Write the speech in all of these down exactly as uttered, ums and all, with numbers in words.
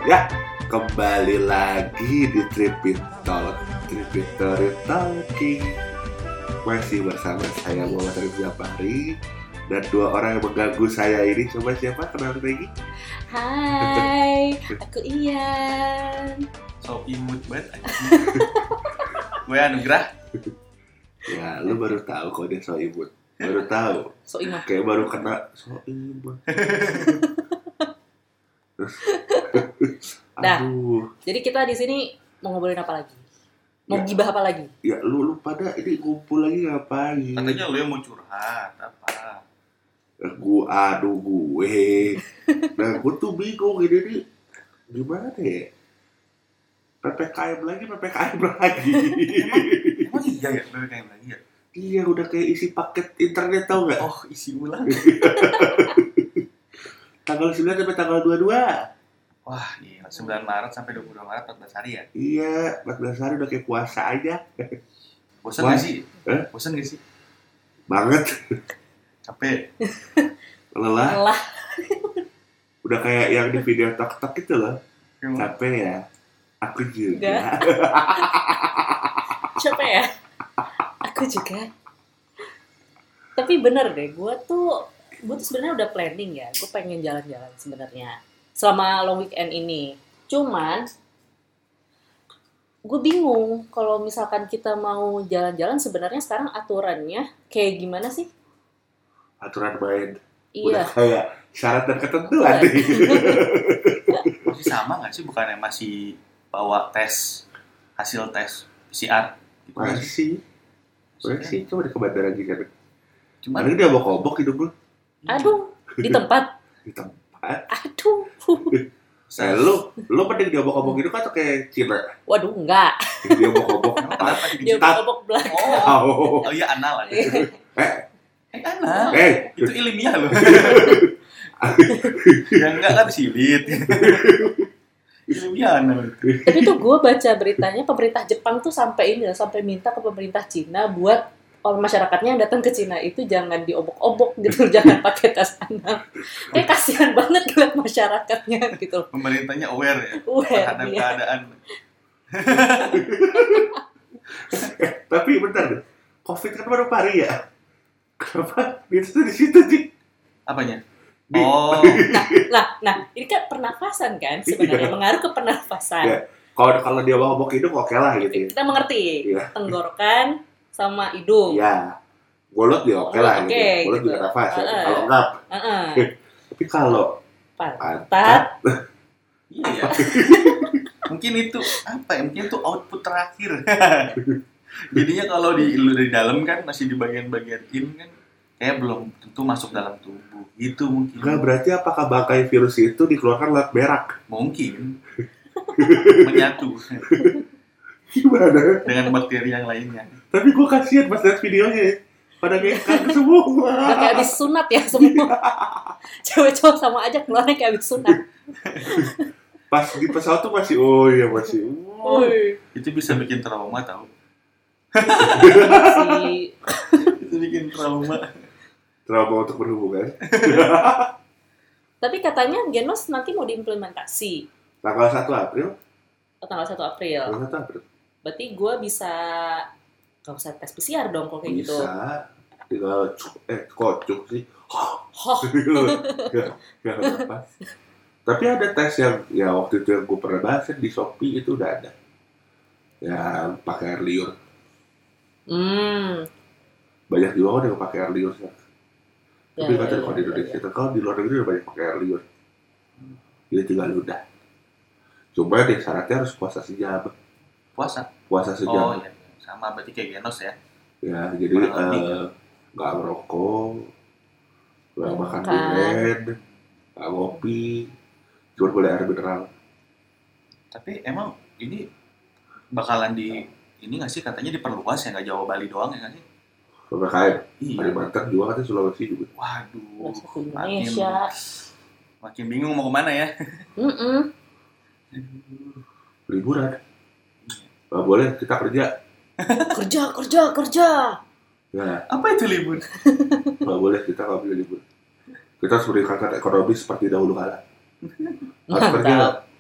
Ya, kembali lagi di Tripitol Tripitol Talking. Masih bersama saya Muhammad Arif Japari dan dua orang yang mengganggu saya ini. Coba siapa? Kenalin lagi. Hai, aku Ian. So imut banget anjing. Gue Anugrah. Ya, lu baru tahu kok dia so imut. Baru tahu. So imut. Kayak baru kena so imut. Dah. Aduh. Jadi kita di sini mau ngobrolin apa lagi? Mau Ya. gibah apa lagi? Ya lu lu pada ini ngumpul lagi ngapain? Katanya lu yang mau curhat apa? Gue aduh gue. Nah gue tuh bingung ini nih gimana ya? P P K M lagi, P P K M lagi. Emang iya ya P P K M lagi ya? Iya udah kayak isi paket internet tau gak? Oh isi ulang. Tanggal sembilan sampai tanggal dua puluh dua. Wah gila, sembilan Maret sampai dua puluh dua Maret, empat belas hari ya? Iya, empat belas hari udah kayak puasa aja. Bosan Wah. gak sih? Eh? Bosan gak sih? Banget. Capek? Lelah. Lelah. Udah kayak yang di video tok-tok gitu loh. Emang? Capek ya? Aku juga. Enggak. Siapa ya? Aku juga. Tapi bener deh, gue tuh gue tuh sebenarnya udah planning ya. Gue pengen jalan-jalan sebenarnya selama long weekend ini. Cuman gue bingung kalau misalkan kita mau jalan-jalan sebenarnya sekarang aturannya kayak gimana sih? Aturan main. Udah Iya. kayak syarat dan ketentuan nih. Masih sama gak sih? Bukannya masih bawa tes, hasil tes P C R? Gitu nggak sih? Masih. Masih. Coba di ke bandara lagi kan. Cuman Paling dia obok-obok hidup lu. Aduh, di tempat. Di tempat. Aduh. Eh, lu, lu mending dia obok-obok gitu kan atau kayak Cina? Waduh, enggak. Dia obok-obok kenapa apa? jadi Dia cinta? bobok belakang. Oh, Oh. oh iya anal aja. Eh, Eh anal? eh. Itu ilmiah loh. Ya enggak kan silit. Ilmiah anal. Tapi tuh gue baca beritanya pemerintah Jepang tuh sampai ini, sampai minta ke pemerintah Cina buat orang masyarakatnya yang datang ke Cina itu jangan diobok-obok gitu, jangan pakai tes anal. Kayak kasihan banget ngeliat masyarakatnya gitu. Pemerintahnya aware ya Aware, terhadap iya. keadaan. Eh, tapi bentar deh. Covid kan baru pari ya? Kenapa? Itu tuh di situ sih. Apanya? Di- Oh, Nah, nah ini kan pernafasan kan sebenarnya, Iya. mengaruh ke pernafasan. Ya. Kalau kalau dia obok-obok hidung oke lah gitu ya. Kita mengerti, Iya. tenggorokan sama hidung. Iya. Mulut dia oke lah Mulut gitu. oke, Mulut gitu. juga nafas ya. Heeh. Kalau enggak, Heeh. tapi kalau Pantat. pantat, iya ya. Mungkin itu apa ya? Mungkin itu output terakhir. Jadinya kalau di lu dari dalam kan masih di bagian-bagian in kan kayak belum tentu masuk dalam tubuh. Gitu mungkin. enggak berarti apakah bangkai virus itu dikeluarkan lewat berak? Mungkin menyatu Gimana? dengan bakteri yang lainnya. Tapi gue kasihan pas lihat videonya. Pada ngekang semua. Udah kayak habis sunat ya semua. Cewek cowok sama aja keluarnya kayak habis sunat. Pas di pesawat tuh masih, oh iya masih. Oh. Woi. Itu bisa bikin trauma tau. Si Itu bikin trauma. Trauma untuk berhubungan. tapi katanya Genos nanti mau diimplementasi Tanggal satu April. oh, tanggal satu April. Tanggal satu April. Berarti gue bisa gak usah tes P C R dong kalau kayak gitu. Bisa. Tinggal cuk, eh kocuk sih. Hoh, Gak, gak apa. Tapi ada tes yang, ya waktu itu yang gue pernah bahas di Shopee itu udah ada. Yang pakai air liur. hmm, Banyak juga orang yang pakai air liur. Ya. Tapi Ya, katanya ya, kalau di ya, Indonesia, ya. kalau di luar negeri udah banyak pakai air liur. Dia tinggal ludah. Cuma deh syaratnya harus puasa sejam. Puasa. Puasa Oh sejam. iya. Sama berarti kayak Genos ya. Ya, jadi Kurang lebih. eh, nggak ngerokok, nggak Nggak makan makan. durian, nggak ngopi, cuma boleh air mineral. Tapi emang ini bakalan di ini nggak sih katanya diperluas ya, nggak Jawa Bali doang ya nggak sih? P P K M, Iya. Kalimantan juga katanya Sulawesi juga. Waduh. masuk ke Makin, Indonesia. makin bingung mau kemana ya. Mm-mm. Liburan, nggak boleh kita kerja. Kerja, kerja, kerja. Ya, Apa itu libur? nggak boleh kita nggak boleh libur. Kita harus meningkatkan ekonomi seperti dahulu kala. Harus kerja. Mantap.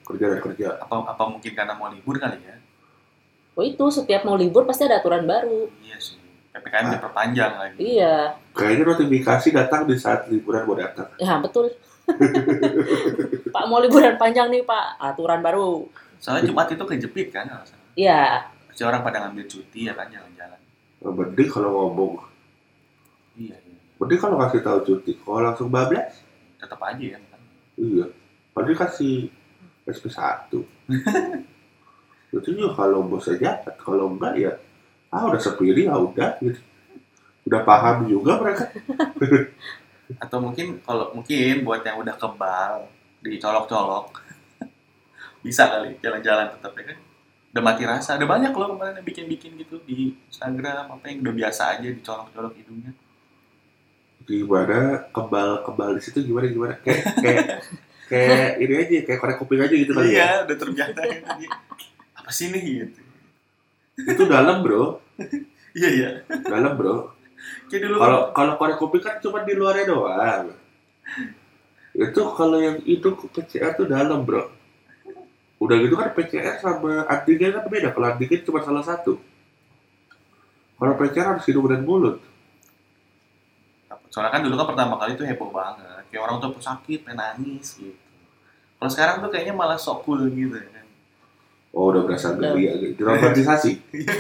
Kerja dan kerja. Apa apa mungkin karena mau libur kali ya? Oh itu setiap mau libur pasti ada aturan baru. Iya sih. P P K M diperpanjang lagi. Iya. Kayaknya notifikasi datang di saat liburan mau datang. Ya betul. Pak mau liburan panjang nih Pak, aturan baru. Soalnya Jumat itu kejepit kan alasan. Iya. Pasti orang pada ngambil cuti ya kan jalan-jalan. Nah, mending kalau ngomong, Iya, iya. mending kalau kasih tahu cuti, kalau langsung bablas, Tetap aja ya kan. iya. Mending kasih S P satu. Itu juga kalau bosnya jahat, kalau enggak ya, ah udah sepiri ya udah gitu. Udah paham juga mereka. Atau mungkin kalau mungkin buat yang udah kebal dicolok-colok bisa kali jalan-jalan tetap ya kan. Udah mati rasa. Ada banyak loh kemarin yang bikin-bikin gitu di Instagram apa yang udah biasa aja dicolok-colok hidungnya. Gimana kebal-kebal di situ gimana gimana kayak kayak kayak ini aja kayak korek kuping aja gitu kali ya. Iya, udah terbiasa gitu. Apa sih nih gitu. Itu dalam bro, Iya, iya. dalam bro. Kayak dulu Kalau kalau korek kuping kan cuma di luarnya doang. Itu kalau yang itu P C R tuh dalam bro. Udah gitu kan P C R sama antigen kan beda. Kalau antigen cuma salah satu. Kalau P C R harus hidung dan mulut. soalnya kan dulu kan pertama kali tuh heboh banget. Kayak orang tuh sakit, pengen nangis gitu. Kalau sekarang tuh kayaknya malah sok cool gitu ya kan. Oh udah berasa geli ya, dramatisasi.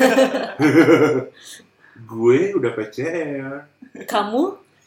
Gue udah P C R. Kamu?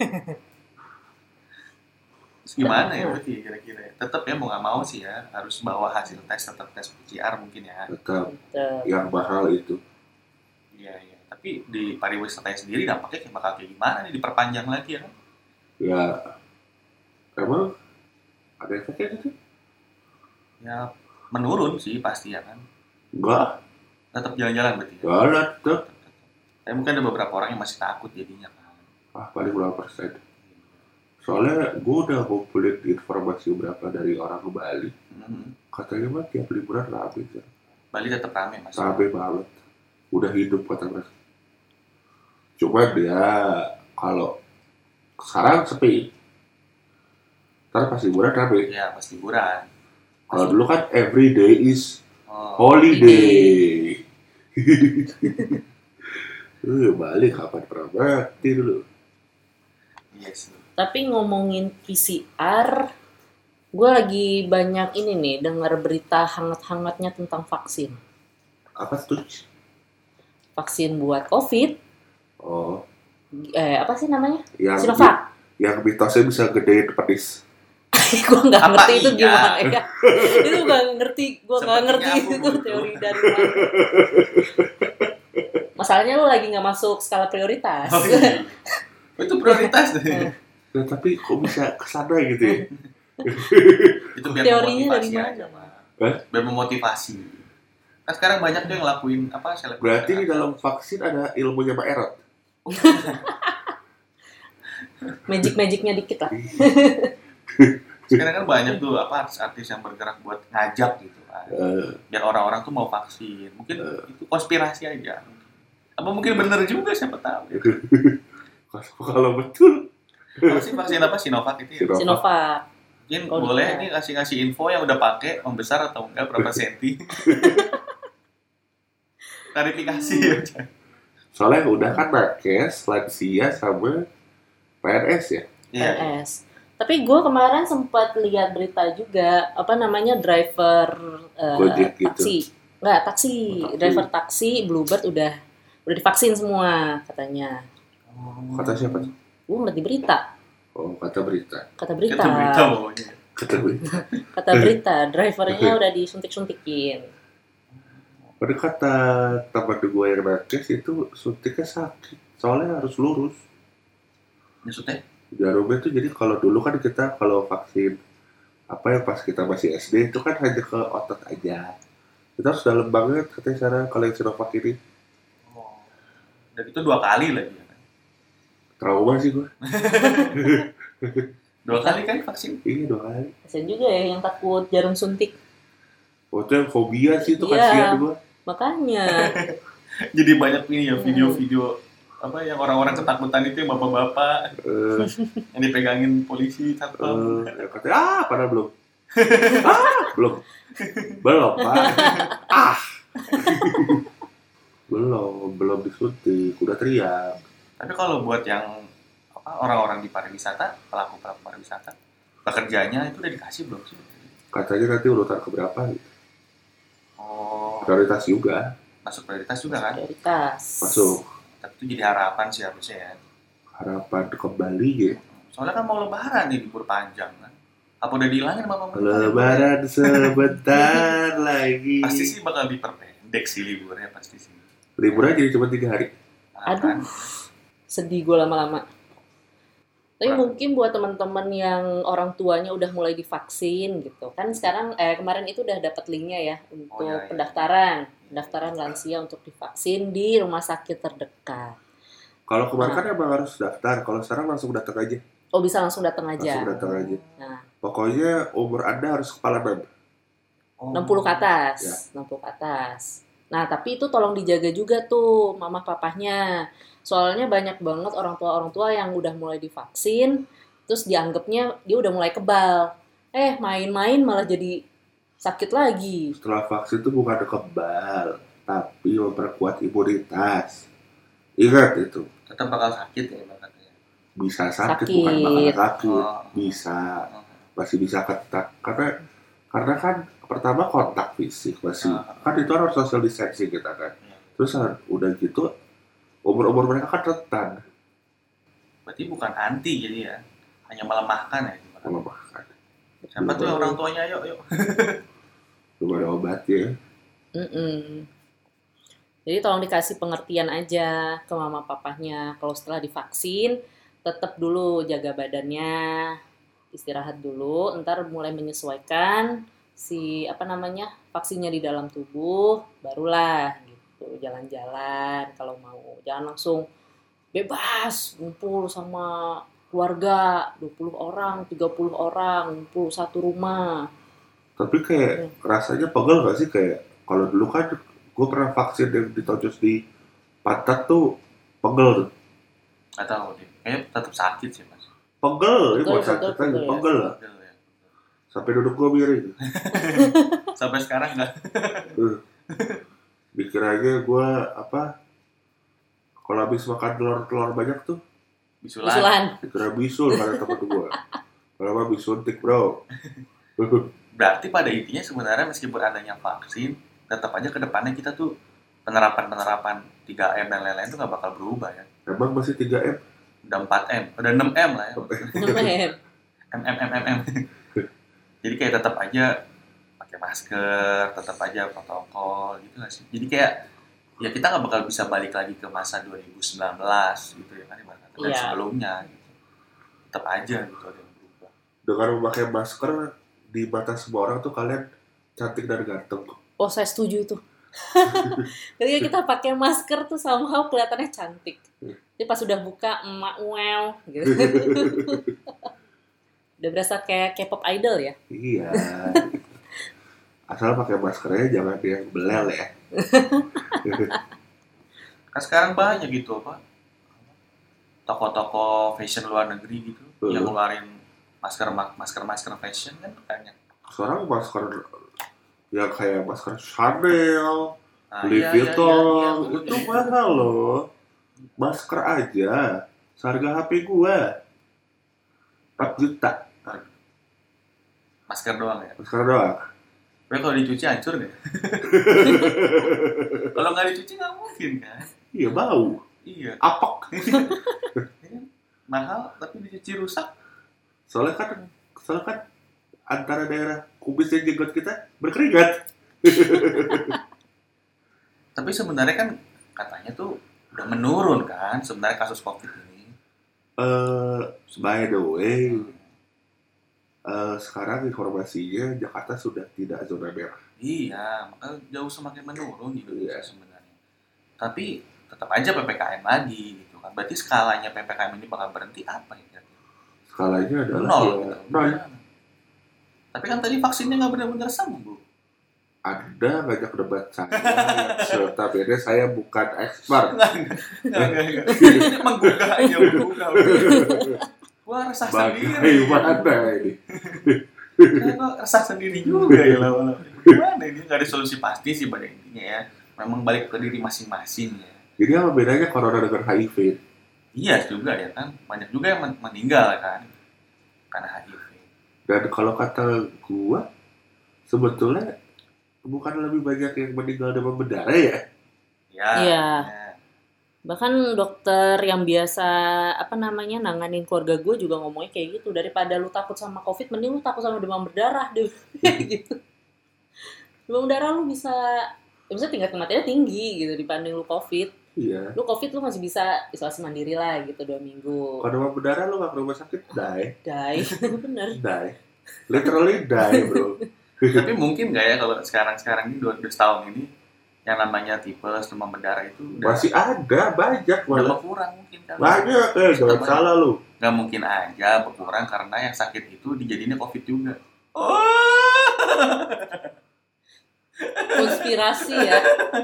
Terus gimana ya berarti kira-kira? Tetap ya mau nggak mau sih ya harus bawa hasil tes, tetap tes P C R mungkin ya. Tetap Tuh. yang mahal itu. Iya iya. Tapi di pariwisata sendiri dampaknya kayak bakal kayak gimana nih diperpanjang lagi ya kan? Ya emang ada efeknya gitu? Ya menurun sih pasti ya kan. Enggak, Tetap jalan-jalan berarti ya. enggak ada tuh. Tapi mungkin ada beberapa orang yang masih takut jadinya kan. Ah paling berapa persen? Soalnya gue udah ngumpulin informasi berapa dari orang ke Bali. Hmm. Katanya mah tiap liburan rame kan. Bali tetap rame mas. Rame banget. Udah hidup kata mereka. Cuma dia kalau sekarang sepi. Ntar pas liburan rame. Ya pas liburan. Kalau dulu kan every day is Oh, holiday. Uh, Bali kapan pernah mati dulu. iya sih. Tapi ngomongin P C R, gue lagi banyak ini nih dengar berita hangat-hangatnya tentang vaksin. Apa tuh? Vaksin buat COVID, Oh, eh apa sih namanya? yang Sinovac. yang mitosnya bisa gedein penis. Gue nggak Apa ngerti itu iya? gimana ya. Itu nggak ngerti, gue nggak Sepertinya ngerti aku itu butuh. teori dari mana. Masalahnya lu lagi nggak masuk skala prioritas. Oh, iya. Oh, itu prioritas deh. Nah, tapi kok bisa kesana gitu ya? Itu biar Teorinya dari memotivasi mana? aja, Pak. Hah? Biar memotivasi. Kan sekarang banyak tuh yang ngelakuin apa selebriti. Berarti di dalam vaksin ada ilmunya Mbak Erot. Magic-magicnya dikit lah. Sekarang kan banyak tuh apa artis-artis yang bergerak buat ngajak gitu kan. Eh, Biar orang-orang tuh mau vaksin. Mungkin itu konspirasi aja. Apa mungkin bener juga siapa tahu. kalau betul, Vaksin vaksin apa Sinovac itu ya? Sinovac. Sinovac. Mungkin Oh, boleh iya. nih kasih-kasih info yang udah pakai membesar atau enggak berapa senti. Klarifikasi aja. soalnya udah kan nakes, lansia sama P N S ya. Iya. P N S. Tapi gue kemarin sempat lihat berita juga, apa namanya driver eh, Gojek gitu. taksi, nggak taksi, Oh, taksi. driver taksi Bluebird udah udah divaksin semua katanya. Kata siapa tuh? Gue ngeliat di berita, Oh, kata berita. kata berita, Itu berita pokoknya. Kata berita. kata berita, drivernya udah disuntik-suntikin. Pada kata teman gue yang nakes itu suntiknya sakit. Soalnya harus lurus. Maksudnya? Jarumnya tuh jadi kalau dulu kan kita kalau vaksin apa ya pas kita masih S D itu kan hanya ke otot aja. Kita harus dalam banget katanya cara kalau yang Sinovac ini. Oh. Dan itu dua kali lagi ya kan? Trauma sih gue. Dua kali kan vaksin? Iya dua kali. Kasian juga ya yang takut jarum suntik. Waktu yang fobia sih itu Iya. kasihan gue. Makanya Jadi banyak ini ya video-video apa yang orang-orang ketakutan itu yang bapak-bapak Eh, yang dipegangin polisi satpam. eh, yang katanya ah padahal belum. ah, belum. Belum, Pak. Ah. belum, belum disuntik, udah teriak. Tapi kalau buat yang apa, orang-orang di pariwisata, pelaku-pelaku pariwisata, pekerjanya itu udah dikasih belum sih? Katanya nanti urutan keberapa gitu. Oh, Prioritas juga. masuk prioritas juga kan? Prioritas. Masuk. Tapi itu jadi harapan sih harusnya ya. Harapan kembali ya. Soalnya kan mau lebaran nih, libur panjang kan. Apa udah dihilangin sama pemerintah? Lebaran sebentar lagi. Pasti sih bakal diperpendek sih liburnya pasti sih. Liburnya jadi cuma tiga hari. Nah, Aduh. kan? Sedih gue lama-lama. Tapi Nah. mungkin buat teman-teman yang orang tuanya udah mulai divaksin gitu. Kan sekarang eh kemarin itu udah dapat linknya ya untuk Oh, iya, iya. pendaftaran, pendaftaran lansia untuk divaksin di rumah sakit terdekat. Kalau kemarin Nah. kan emang harus daftar, kalau sekarang langsung datang aja. Oh, bisa langsung datang aja. Langsung datang aja. Nah, Pokoknya umur Anda harus kepala enam. Oh. enam puluh ke atas, Ya. enam puluh ke atas. Nah, tapi itu tolong dijaga juga tuh mama papahnya. Soalnya banyak banget orang tua-orang tua yang udah mulai divaksin, terus dianggapnya dia udah mulai kebal. Eh, main-main malah jadi sakit lagi. Setelah vaksin itu bukan kebal, tapi memperkuat imunitas. Ingat itu, Tetap bakal sakit ya katanya. bisa sakit, Sakit. bukan bakal sakit. Oh. Bisa, Oh. masih bisa ketak. Karena karena kan pertama kontak fisik masih, Ah. kan itu harus social distancing kita kan. Iya. Terus udah gitu, umur-umur mereka kan rentan. Berarti bukan anti jadi ya, hanya melemahkan ya. Melemahkan. Siapa tuh yang orang tuanya, yuk yuk. Belum ada obatnya. Mm-mm. Jadi tolong dikasih pengertian aja ke mama papahnya. Kalau setelah divaksin, tetap dulu jaga badannya, istirahat dulu, ntar mulai menyesuaikan si apa namanya vaksinnya di dalam tubuh, barulah gitu jalan-jalan kalau mau. Jangan langsung bebas ngumpul sama keluarga dua puluh orang, tiga puluh orang, ngumpul satu rumah. Tapi kayak rasanya pegel gak sih, kayak kalau dulu kan gue pernah vaksin yang ditonjok di pantat tuh pegel tuh. Gak tahu deh, kayaknya tetap sakit sih mas. Pegel, ini Pegel, buat sakit pegel, aja, pegel ya. pegel lah. Pegel ya. Sampai duduk gue miring. Sampai sekarang nggak. Dikiranya gue apa, kalau habis makan telur-telur banyak tuh, Bisulan. Bisulan. dikira bisul pada temen gue. Kalau mah bisuntik bro. Berarti pada intinya sebenarnya meskipun adanya vaksin, tetap aja ke depannya kita tuh penerapan-penerapan tiga M dan lain-lain itu nggak bakal berubah ya. Emang masih tiga M? Udah empat M, udah enam M lah ya. Namanya. M, M, M, M, M. Jadi kayak tetap aja pakai masker, tetap aja protokol gitu nggak sih. Jadi kayak ya kita nggak bakal bisa balik lagi ke masa dua ribu sembilan belas gitu ya kan, ibaratnya. Dan Iya. sebelumnya gitu. Tetap aja gitu ada yang berubah. Dengan memakai masker di mata semua orang tuh kalian cantik dan ganteng. Oh, saya setuju itu. Ketika kita pakai masker tuh somehow kelihatannya cantik. Jadi pas udah buka, emak wow gitu. Udah berasa kayak K-pop idol ya. Iya. Asal pakai maskernya jangan yang belel ya. Kan sekarang banyak gitu apa toko-toko fashion luar negeri gitu Hmm. yang ngeluarin masker masker masker fashion kan banyak. Sekarang masker yang kayak masker Chanel, Nah, Louis iya, iya, Vuitton, iya, iya, itu iya. mahal loh. Masker aja, seharga H P gua empat juta. Masker doang ya. Masker doang. Tapi kalau dicuci hancur nggak? Kalau nggak dicuci nggak mungkin kan? Iya bau, Iya. apok. Mahal tapi dicuci rusak. Soalnya kan, soalnya kan antara daerah kubis dan jenggot kita berkeringat. Tapi sebenarnya kan katanya tuh udah menurun kan sebenarnya kasus COVID ini. Eh, by the way, eh, sekarang informasinya Jakarta sudah tidak zona merah. Iya, maka jauh semakin menurun di Indonesia Iya. sebenarnya. Tapi tetap aja P P K M lagi gitu kan. Berarti skalanya P P K M ini bakal berhenti apa ya? Skalanya adalah Nol ya, gitu. nol. Tapi kan tadi vaksinnya nggak benar-benar sembuh. Anda ngajak debat saya yang notabene saya bukan expert. Enggak, enggak, enggak, enggak. Ini menggugah aja, menggugah. Gua resah sendiri. Bagaimana ini? Kayak gua resah sendiri juga ya lama-lama. Gimana ini? Nggak ada solusi pasti sih pada intinya ya. Memang balik ke diri masing-masing ya. Jadi apa bedanya corona dengan H I V? Iya juga ya kan. Banyak juga yang men- meninggal kan karena H I V. Dan kalau kata gua, sebetulnya bukan lebih banyak yang meninggal demam berdarah ya? Ya. Iya. ya. Bahkan dokter yang biasa apa namanya nanganin keluarga gue juga ngomongnya kayak gitu, daripada lu takut sama covid mending lu takut sama demam berdarah deh. Gitu. Demam berdarah lu bisa ya bisa tingkat kematiannya tinggi gitu dibanding lu covid. Iya. Lu covid lu masih bisa isolasi mandiri lah gitu dua minggu. Kalau demam berdarah lu nggak ke rumah sakit, die, Die. Bener. die, literally die bro. Tapi mungkin nggak ya kalau sekarang-sekarang ini dua belas tahun ini yang namanya tipes, demam berdarah itu udah, Masih ada banyak udah malah. berkurang mungkin kan? Banyak eh, jangan Sama- salah lu. Nggak mungkin aja berkurang karena yang sakit itu dijadiinnya covid juga. Oh. Konspirasi ya.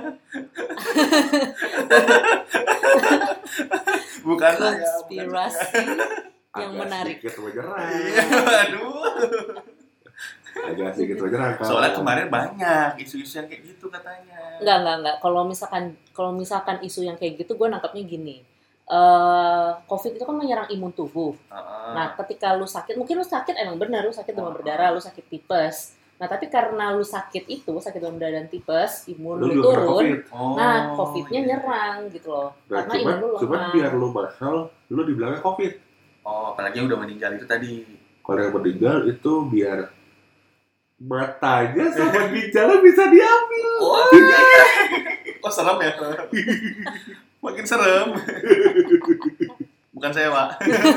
Bukan Konspirasi yang Agak menarik. sedikit menyerang. Aduh. Agak sedikit menyerang. kawan. Soalnya kemarin banyak isu-isu yang kayak gitu katanya. Enggak, enggak, enggak. Kalau misalkan kalau misalkan isu yang kayak gitu gue nangkapnya gini. Eh, COVID itu kan menyerang imun tubuh. Heeh. Nah, ketika lu sakit, mungkin lu sakit emang benar, lu sakit demam berdarah, lu sakit tipes. Nah, tapi karena lu sakit itu, sakit demam berdarah dan tipes, imun Lu lu, juga kena turun. COVID. Oh, Nah, COVID-nya iya. nyerang gitu loh. Nah, Karena cuman, imun lu cuman lemah. biar lu mahal, lu dibilangnya COVID. Oh, apalagi yang udah meninggal itu tadi. Kalau yang meninggal itu biar matanya sama ginjalnya bisa diambil. Oh, oh serem ya. Makin serem. Bukan saya, Pak.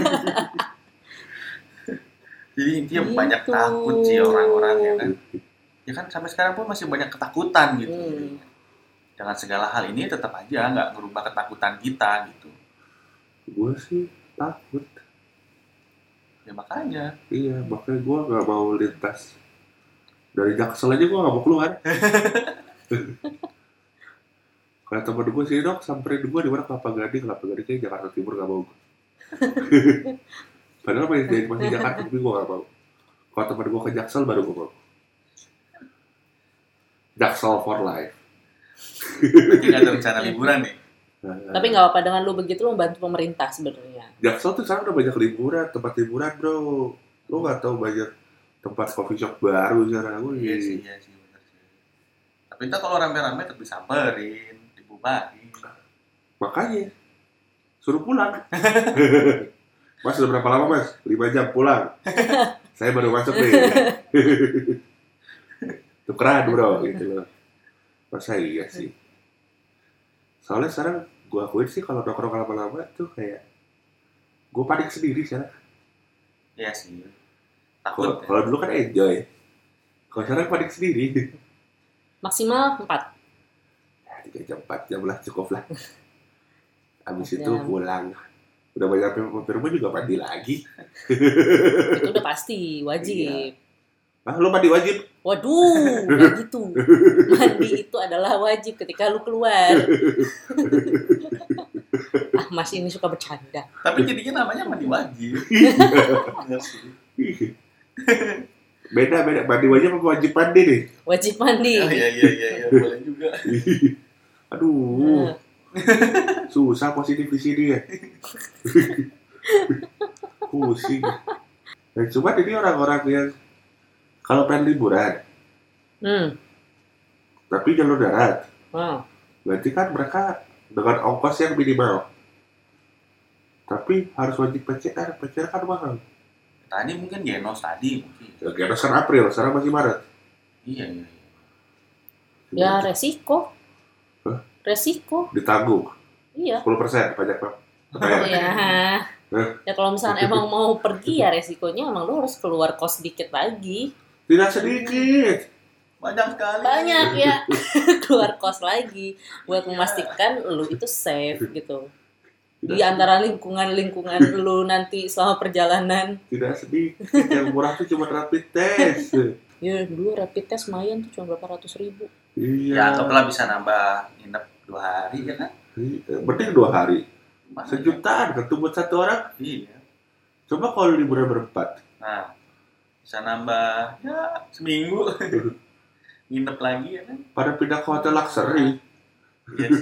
Jadi intinya Gitu. banyak takut sih orang-orang ya kan. Ya kan sampai sekarang pun masih banyak ketakutan gitu. Hmm. Nah, Dengan segala hal ini tetap aja nggak merubah ketakutan kita gitu. gue sih takut. Ya makanya. Iya, makanya gue gak mau lintas. Dari Jaksel aja gue gak mau keluar. Kalau temen gue sih, dok, samperin gue di mana Kelapa Gading. Kelapa Gading kayak Jakarta Timur gak mau gue. Padahal masih, masih Jakarta, tapi gue gak mau. Kalau temen gue ke Jaksel, baru gue mau. Jaksel for life. Berarti nggak ada rencana liburan nih. Nah, Tapi nggak apa-apa, dengan lu begitu lu membantu pemerintah sebenarnya. Jaksel tuh sekarang udah banyak liburan, tempat liburan bro. Lu gak tahu banyak tempat coffee shop baru sekarang. Wih. Iya sih, iya sih, benar sih. Tapi entah kalau rame-rame tetap disamperin, dibubarin. Makanya suruh pulang. Mas udah berapa lama mas? lima jam pulang. Saya baru masuk nih. Tukeran bro gitu loh. Masa iya sih. Soalnya sekarang gue akuin sih kalau nongkrong lama-lama tuh kayak gue panik sendiri sekarang. Iya sih. Kalau Takut ya. kalau dulu kan enjoy. Kalau sekarang panik sendiri. Maksimal empat. Ya, tiga jam empat jam lah cukup lah. Habis Empat itu jam. pulang. Udah banyak mampir rumah juga mandi lagi. Itu udah pasti, wajib. Ah, lu mandi wajib? Waduh, nggak gitu. Mandi itu adalah wajib ketika lu keluar. Ah, Mas ini suka bercanda. Tapi jadinya namanya mandi wajib. Benar sih. Beda beda mandi wajib apa wajib mandi nih? Wajib mandi. Oh iya iya iya, iya. Boleh juga. Aduh, Nah, susah positif di sini ya. Pusing. Dan cuma ini orang-orang yang kalau pengen liburan, Hmm. tapi jalur darat, Wow. berarti kan mereka dengan ongkos yang minimal. Tapi harus wajib P C R, P C R kan mahal. Tadi mungkin Genos tadi mungkin. Ya, kira kan April, sekarang masih Maret. Iya iya. iya. Ya resiko. Hah? Resiko. Ditanggung Iya. sepuluh persen pajak Pak. Oh ya. Ya kalau misalnya emang mau pergi ya resikonya emang lu harus keluar kos dikit lagi. Tidak sedikit. Banyak sekali. Banyak ya. Keluar kos lagi buat memastikan lu itu safe gitu. Di antara lingkungan-lingkungan lu nanti selama perjalanan. Tidak sedikit. Yang murah tuh cuma rapid test. Ya dulu rapid test lumayan tuh cuma berapa ratus ribu. Iya. Ya anggaplah bisa nambah nginep dua hari ya kan? Penting dua hari. Lumayan. Sejutaan ketemu satu orang. Iya. Coba kalau liburan berempat. Nah, Bisa nambah ya seminggu. Nginep lagi ya kan. Pada pindah ke hotel luxury. Yes.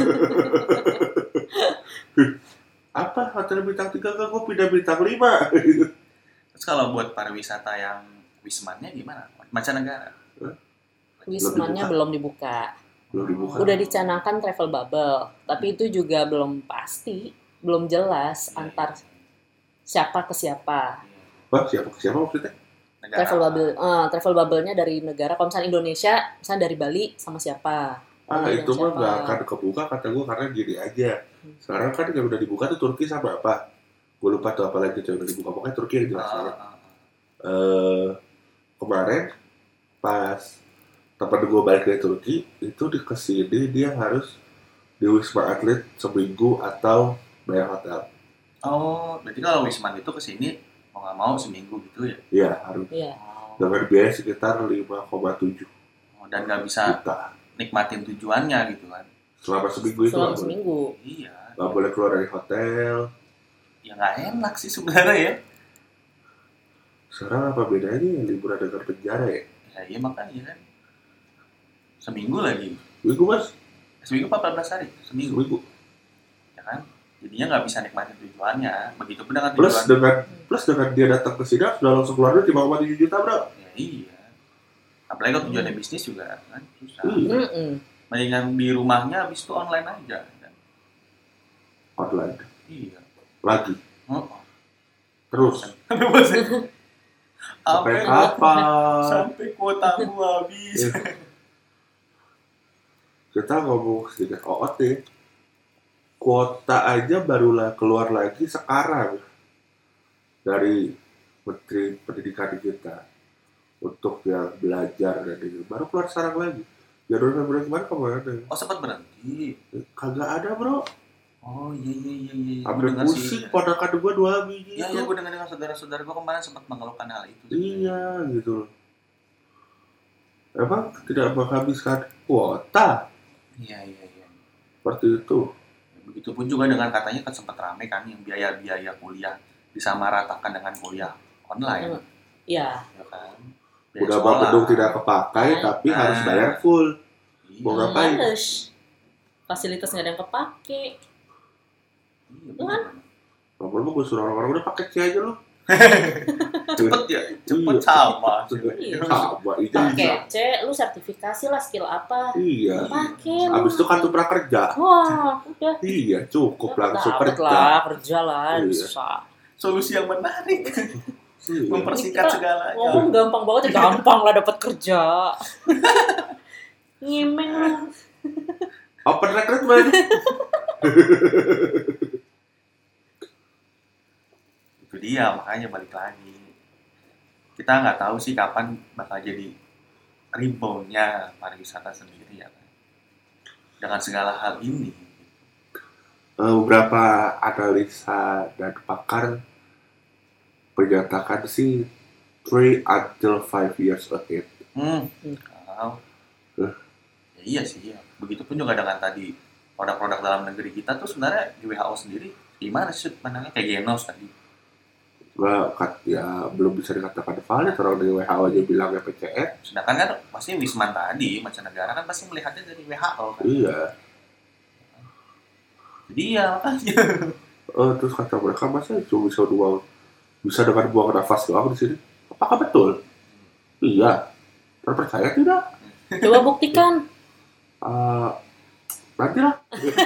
Apa hotel bintang tiga kan gue pindah bintang lima. Terus kalau buat pariwisata yang wismannya gimana? Mancanegara? Wismannya belum dibuka. Belum dibuka. Udah dicanangkan travel bubble, tapi itu juga belum pasti, belum jelas antar siapa ke siapa. Wah, siapa ke siapa maksudnya? Negara Travel apa? bubble, eh, travel bubble-nya dari negara. Kalau misalnya Indonesia, misalnya dari Bali sama siapa? Ah, Bali itu dan mah siapa? nggak akan kebuka kata gue karena gini aja. Sekarang kan yang udah dibuka tuh Turki sama apa? Gue lupa tuh apa lagi tuh yang udah dibuka. Pokoknya Turki yang jelas Ah, banget. ah, ah. Eh, kemarin pas tempat gue balik dari Turki itu di kesini dia harus di Wisma Atlet seminggu atau bayar hotel. Oh, berarti kalau wisman itu kesini mau nggak mau seminggu gitu ya? Iya harus Iya. Oh, dengan biaya sekitar lima koma tujuh dan nggak bisa juta nikmatin tujuannya gitu kan? selama seminggu itu Selama nggak boleh. seminggu. Iya. Nggak boleh keluar dari hotel. Ya nggak enak sih sebenarnya ya. Sekarang apa bedanya yang liburan dengan penjara ya? Ya iya makanya kan. Seminggu lagi. Minggu mas, Seminggu empat belas hari. Seminggu. seminggu. Ya kan? Jadinya nggak bisa nikmatin tujuannya. Begitupun dengan Plus tujuan. dengan plus dengan dia datang ke sini sudah langsung keluar duit lima koma tujuh juta bro. Ya iya. Apalagi kalau tujuannya bisnis juga kan susah. Iya. Mm-mm. Mendingan di rumahnya habis itu online aja kan? Online Iya. lagi Oh, terus aduh bosan. sampai Sampai kapan? sampai kuota gua habis. Kita ngomong sedikit O O T. Kuota aja barulah keluar lagi sekarang dari Menteri Pendidikan kita untuk yang belajar dan ini baru keluar sekarang lagi. Januari Februari kemarin kemana? Oh sempat berhenti. Kagak ada bro. Oh iya iya iya iya. Gua Ambil dengar pusing sih. ponakan gue dua biji. Iya iya tuh. gue dengar dengar saudara-saudara gue kemarin sempat mengeluhkan hal itu. Iya gitu loh. Emang tidak menghabiskan kuota Iya iya iya. seperti itu. Begitupun juga dengan katanya kan sempat rame kan yang biaya-biaya kuliah disamaratakan dengan kuliah online, Iya. ya kan? Biaya Udah sekolah. mah gedung tidak kepakai Nah, tapi nah. harus bayar full. Iya, Mau ngapain? Males. Fasilitas nggak ada yang kepake. iya, Lu kan? bener. Lama-lama gue suruh orang-orang udah pakai C aja lu. Cepet ya, cepet Iya. sama. Iya. Sama ijazah. Pakai C, lu sertifikasi lah skill apa? Iya. Pakai lu. Habis itu kartu prakerja. Wah, udah. Iya, cukup langsung Dapet kerja. lah, kerja lah, Iya. bisa. Solusi yang menarik, Iya. mempersingkat Kita segalanya. Ngomong gampang banget ya, gampang lah dapat kerja. Ngimeng lah. Open recruitment. Itu dia, makanya balik lagi. Kita nggak tahu sih kapan bakal jadi reboundnya pariwisata sendiri ya kan. Dengan segala hal ini. Eh, beberapa analisa dan pakar menyatakan sih three until five years ahead. Hmm. Hmm. Wow. Huh? Ya, iya sih. Ya. Begitupun juga dengan tadi produk-produk dalam negeri kita tuh sebenarnya di W H O sendiri gimana sih pandangnya kayak Genos tadi. Nggak, kat- ya belum bisa dikatakan valid orang di W H O aja bilangnya P C R. Sedangkan kan pasti Wisman tadi mancanegara kan pasti melihatnya dari W H O kan. Iya. Jadi ya makanya. Eh, terus kata mereka masa cuma bisa buang bisa dengan buang nafas doang di sini? Apakah betul? Iya. Terpercaya tidak? Coba buktikan. Eh, nantilah.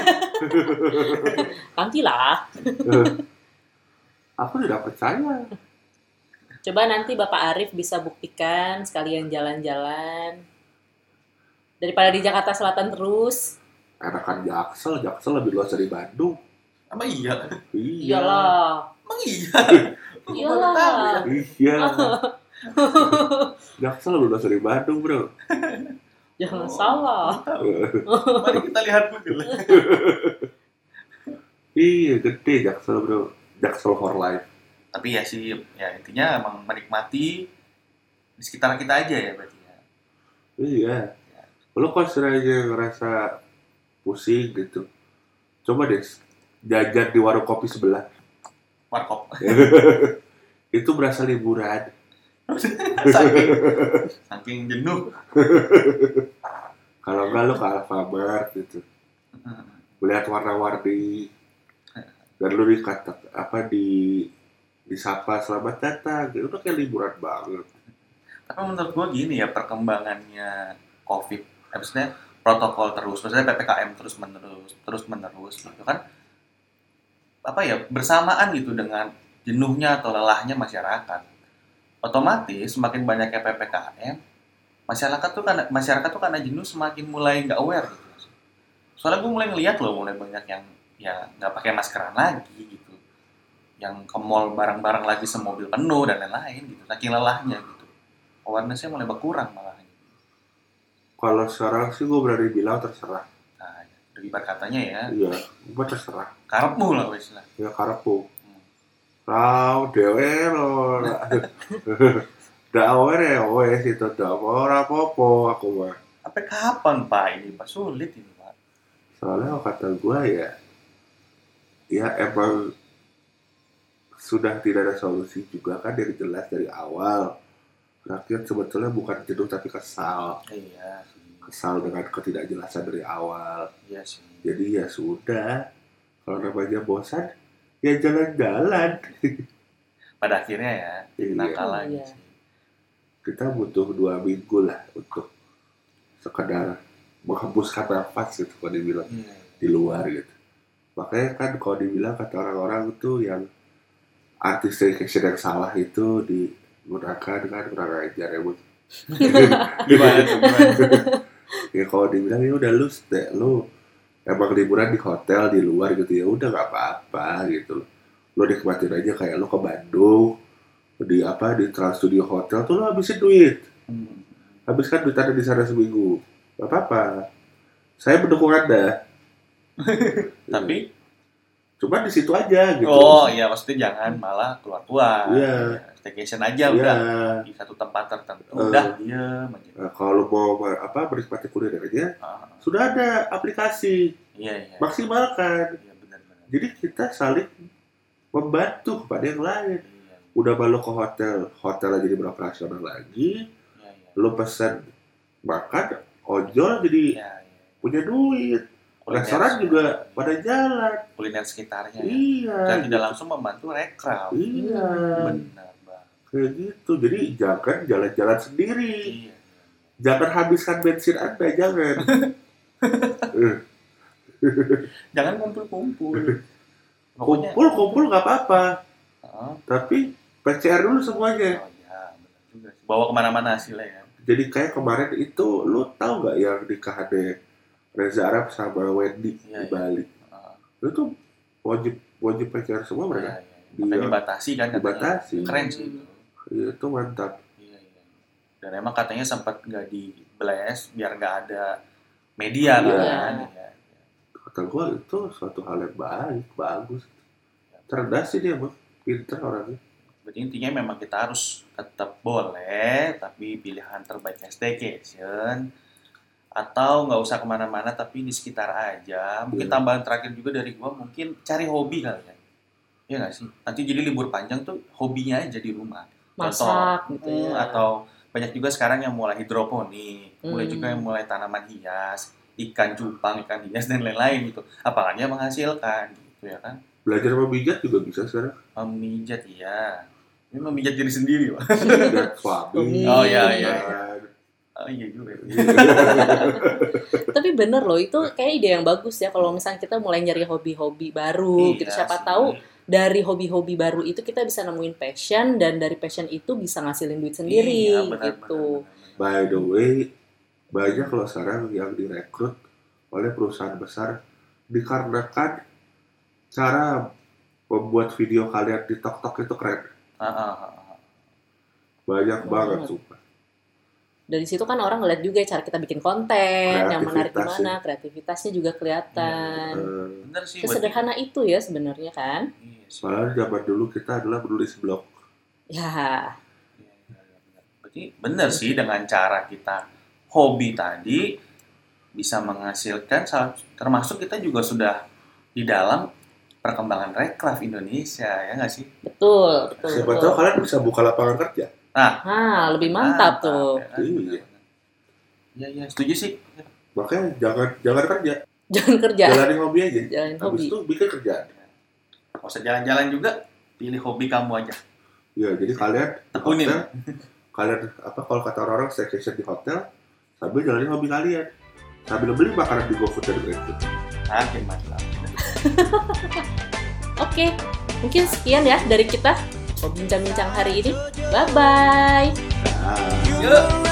Nanti lah. Eh, aku tidak percaya. Coba nanti Bapak Arif bisa buktikan sekalian jalan-jalan. Daripada di Jakarta Selatan terus. Enakan Jaksel, Jaksel lebih luas dari Bandung. Apa iya? Iya. Iyalah. Emang iya? Aku baru Iyalah. tahu ya. Iya. Jaksel lebih luas dari Bandung, bro. Jangan Oh. salah. Mari kita lihat Google. Iya, gede Jaksel, bro. Jaksel for life. Tapi ya sih, ya intinya emang menikmati di sekitar kita aja ya berarti ya. Iya. Lo kalau aja ngerasa pusing gitu, coba deh jajan di warung kopi sebelah. Warkop. Itu berasa liburan. saking, saking jenuh. Kalau enggak lu ke Alfamart gitu, melihat warna-warni dan lu dikata apa di disapa selamat datang, gitu udah kayak liburan banget. Tapi menurut gua gini ya, perkembangannya COVID, eh, maksudnya protokol terus, maksudnya P P K M terus menerus, terus menerus gitu kan, apa ya, bersamaan gitu dengan jenuhnya atau lelahnya masyarakat. Otomatis semakin banyaknya P P K M, masyarakat tuh kan masyarakat tuh karena jenuh semakin mulai nggak aware gitu. Soalnya gue mulai ngeliat loh, mulai banyak yang ya nggak pakai maskeran lagi gitu, yang ke mall bareng-bareng lagi semobil penuh dan lain-lain gitu, saking lelahnya gitu. Awareness-nya mulai berkurang malah. Kalau sekarang sih gue berani bilang terserah. Nah, dari katanya ya. Iya, gue terserah. Karepmu lah wis lah. Ya karepmu. Rau dewe lo. Dak aware ya wes itu dak ora apa-apa aku mah. Sampai kapan Pak ini Pak? Sulit ini Pak. Soalnya kata gue ya, ya emang sudah tidak ada solusi juga kan dari jelas dari awal. Rakyat sebetulnya bukan jenuh tapi kesal. Iya sih. Kesal dengan ketidakjelasan dari awal. Iya sih. Jadi ya sudah. Kalau namanya bosan, ya jalan-jalan. Pada akhirnya ya, Iya. nakal lagi Iya. sih. Kita butuh dua minggu lah untuk sekedar menghembuskan nafas gitu kalau dibilang Iya. di luar gitu. Makanya kan kalau dibilang kata orang-orang itu yang artis staycation yang salah itu digunakan kan kurang ajar ya Bu. Gimana tuh? Gimana? Ya kalau dibilang ya udah lu stay, lu emang liburan di hotel di luar gitu ya udah nggak apa-apa gitu loh. Lu nikmatin aja kayak lu ke Bandung di apa di Trans Studio Hotel tuh lu habisin duit. Hmm. Habiskan duit Anda di sana seminggu. Gak apa-apa. Saya mendukung Anda. Tapi Cuma di situ aja gitu. oh iya, maksudnya jangan malah keluar-keluar. Iya. Staycation aja Iya. udah di satu tempat tertentu. Eh. Udah diam aja. Nah, kalau mau apa menikmati kulinernya, Ah, sudah ada aplikasi. iya iya. Maksimalkan. Iya benar-benar. Jadi kita saling membantu kepada yang lain. Iya, Udah malu ke hotel, hotel jadi beroperasional lagi. iya, iya. Lu pesan makan, ojol jadi Iya, iya. punya duit. Kuliner- Restoran juga pada jalan. kuliner sekitarnya. Ya. Iya. Dan tidak langsung membantu rekrut. Iya. Benar bang. Kayak gitu. Jadi jangan jalan-jalan sendiri. Iya. Jangan habiskan bensin Anda, jangan. Eh, Jangan kumpul-kumpul. Pokoknya. Kumpul-kumpul nggak apa-apa. Ah, Tapi P C R dulu semuanya. oh ya, benar juga. sih. Bawa kemana-mana hasilnya ya. Jadi kayak kemarin itu, lu tahu nggak yang nikahannya Reza Arab sama Wendy Iya, di iya. Bali? Ah, Itu wajib wajib P C R semua iya, mereka. iya. Makanya Iya. dibatasi kan. katanya. Dibatasi. Keren sih itu. Iya, itu mantap. Iya, iya. Dan emang katanya sempat nggak di blast biar nggak ada media Iya. kan. Iya. Kata gue itu suatu hal yang baik, bagus. Cerdas sih dia, Bang. Pinter orangnya. Berarti intinya memang kita harus tetap boleh, tapi pilihan terbaiknya staycation. Atau nggak usah kemana-mana, tapi di sekitar aja. Mungkin Iya. tambahan terakhir juga dari gua, mungkin cari hobi kali ya. Iya nggak sih? Nanti jadi libur panjang tuh hobinya aja di rumah. Masak Contoh, gitu hmm, ya. Atau banyak juga sekarang yang mulai hidroponik, mulai Hmm. juga yang mulai tanaman hias, ikan cupang, ikan hias dan lain-lain gitu. Apalagi yang menghasilkan gitu ya kan. Belajar memijat juga bisa sekarang. Memijat iya. Ini memijat diri sendiri, Pak. Memijat suami. Oh, iya, iya. kan. Oh iya juga. Tapi bener loh, itu kayak ide yang bagus ya kalau misalnya kita mulai nyari hobi-hobi baru gitu. Iya Siapa sih. tahu dari hobi-hobi baru itu kita bisa nemuin passion, dan dari passion itu bisa ngasilin duit sendiri Iya, benar, gitu. benar, benar, benar. By the way, banyak loh sekarang yang direkrut oleh perusahaan besar dikarenakan cara membuat video kalian di TikTok itu keren. Ah, ah, ah, ah. Banyak Hmm. banget, sumpah. Dari situ kan orang ngeliat juga cara kita bikin konten, yang menarik Kreativitas gimana, kreativitasnya juga kelihatan. Eh, Benar sih. Sesederhana itu ya sebenarnya kan. berarti. Iya sih. Malah zaman dulu kita adalah menulis blog. Ya, Iya, iya, iya, benar. Berarti benar sih dengan cara kita hobi tadi bisa menghasilkan, salah- termasuk kita juga sudah di dalam perkembangan rekraf Indonesia ya nggak sih? betul, betul, Siapa betul. tahu kalian bisa buka lapangan kerja. Nah, lebih mantap, Mantap, tuh. ya kan? Iya. Iya, iya, setuju sih. Makanya jangan jangan kerja, Jangan kerja, jalanin hobi aja. jalanin Habis hobi. itu bikin kerjaan. Nggak usah jalan-jalan juga, pilih hobi kamu aja. Ya, jadi kalian di Tekunin. hotel, kalian apa kalau kata orang staycation di hotel sambil jalanin hobi kalian. Sambil beli makanan di GoFood dan GrabFood. Makin mantap. Oke, mungkin sekian ya dari kita bincang-bincang hari ini. Bye-bye. Nah. Yuk.